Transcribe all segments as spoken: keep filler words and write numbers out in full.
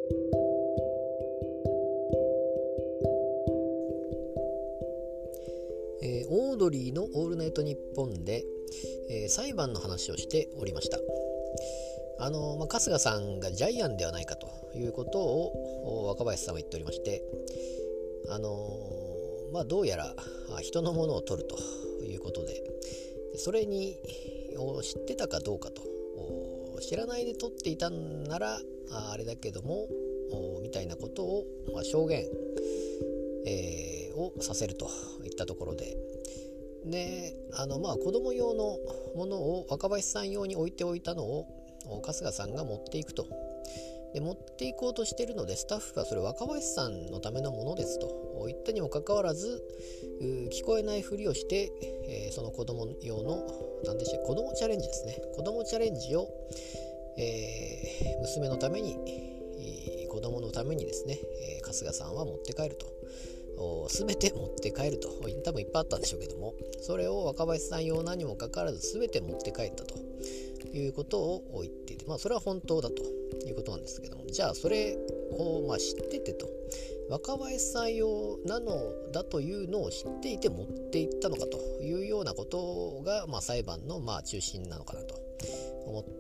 えー、オードリーのオールナイトニッポンで、えー、裁判の話をしておりました。あの、まあ、春日さんがジャイアンではないかということを若林さんは言っておりまして、あのまあ、どうやら人のものを取るということで、それにを知ってたかどうかと、知らないで取っていたんならあれだけどもみたいなことを、まあ、証言、えー、をさせるといったところで、であのまあ子供用のものを若林さん用に置いておいたのを春日さんが持っていくと。で持っていこうとしているので、スタッフはそれ若林さんのためのものですと言ったにもかかわらず、聞こえないふりをして、えー、その子供用の何でしたっけ、子供チャレンジですね。子供チャレンジを、えー、娘のために、えー、子供のためにですね、えー、春日さんは持って帰ると。すべて持って帰ると、多分いっぱいあったんでしょうけども、それを若林さん用なにもかかわらずすべて持って帰ったということを言っていて、まあそれは本当だということなんですけども、じゃあそれをまあ知っててと、若林さん用なのだというのを知っていて持っていったのかというようなことが、まあ、裁判のまあ中心なのかなと思って、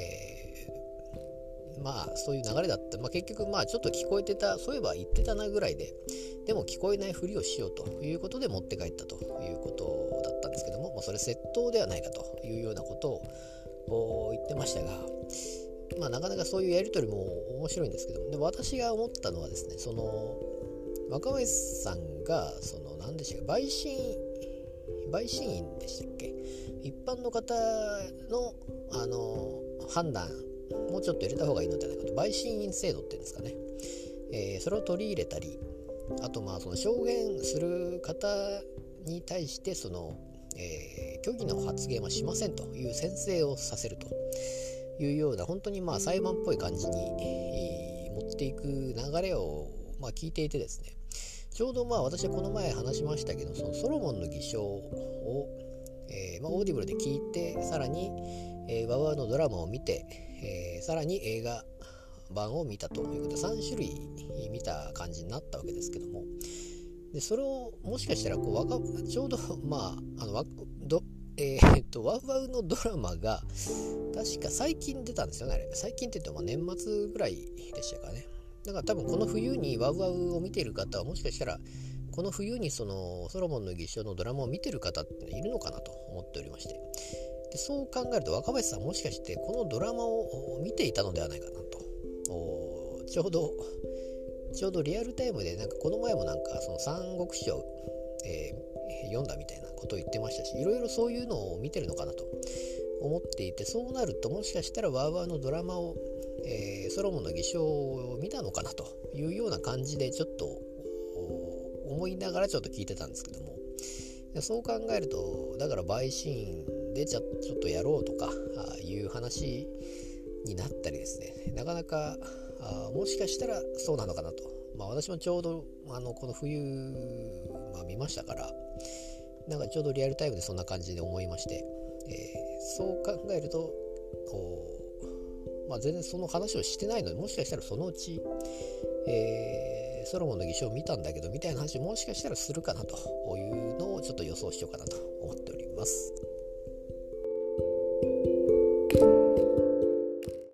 えー、まあそういう流れだった。まあ、結局まあちょっと聞こえてた、そういえば言ってたなぐらいで、でも聞こえないふりをしようということで持って帰ったということだったんですけども、まあ、それ窃盗ではないかというようなことを言ってましたが、まあ、なかなかそういうやり取りも面白いんですけども、で私が思ったのはですね、その若林さんがその何でしたっけ、陪審陪審員でしたっけ、一般の方のあの判断もうちょっと入れた方がいいのではないかと、陪審員制度っていうんですかね、えー、それを取り入れたり、あとまあその証言する方に対してその、えー、虚偽の発言はしませんという宣誓をさせるというような、本当にまあ裁判っぽい感じに、えー、持っていく流れをまあ聞いていてですね、ちょうどまあ私はこの前話しましたけど、そのソロモンの偽証を、えーまあ、オーディブルで聞いて、さらに、えー、ワウワウのドラマを見て、えー、さらに映画版を見たということでさん種類見た感じになったわけですけども、でそれをもしかしたらこうわかちょうどまああのどえー、っとワウワウのドラマが確か最近出たんですよね。あれ最近って言っても年末ぐらいでしたかね。だから多分この冬にワウワウを見ている方は、もしかしたらこの冬にそのソロモンの偽証のドラマを見ている方っているのかなと思っておりまして、でそう考えると若林さんもしかしてこのドラマを見ていたのではないかなと、ちょうどちょうどリアルタイムで、なんかこの前もなんかその三国志を、えー、読んだみたいなことを言ってましたし、いろいろそういうのを見てるのかなと思っていて、そうなるともしかしたらワウワウのドラマを、えー、ソロモンの偽証を見たのかなというような感じでちょっと思いながらちょっと聞いてたんですけども、そう考えるとだから陪審員でちょちょっとやろうとかいう話になったりですね、なかなかあもしかしたらそうなのかなと、まあ、私もちょうどあのこの冬、まあ、見ましたから、なんかちょうどリアルタイムでそんな感じで思いまして、えー、そう考えるとまあ、全然その話をしてないので、もしかしたらそのうち、えー、ソロモンの偽証を見たんだけどみたいな話をもしかしたらするかなというのをちょっと予想しようかなと思っております。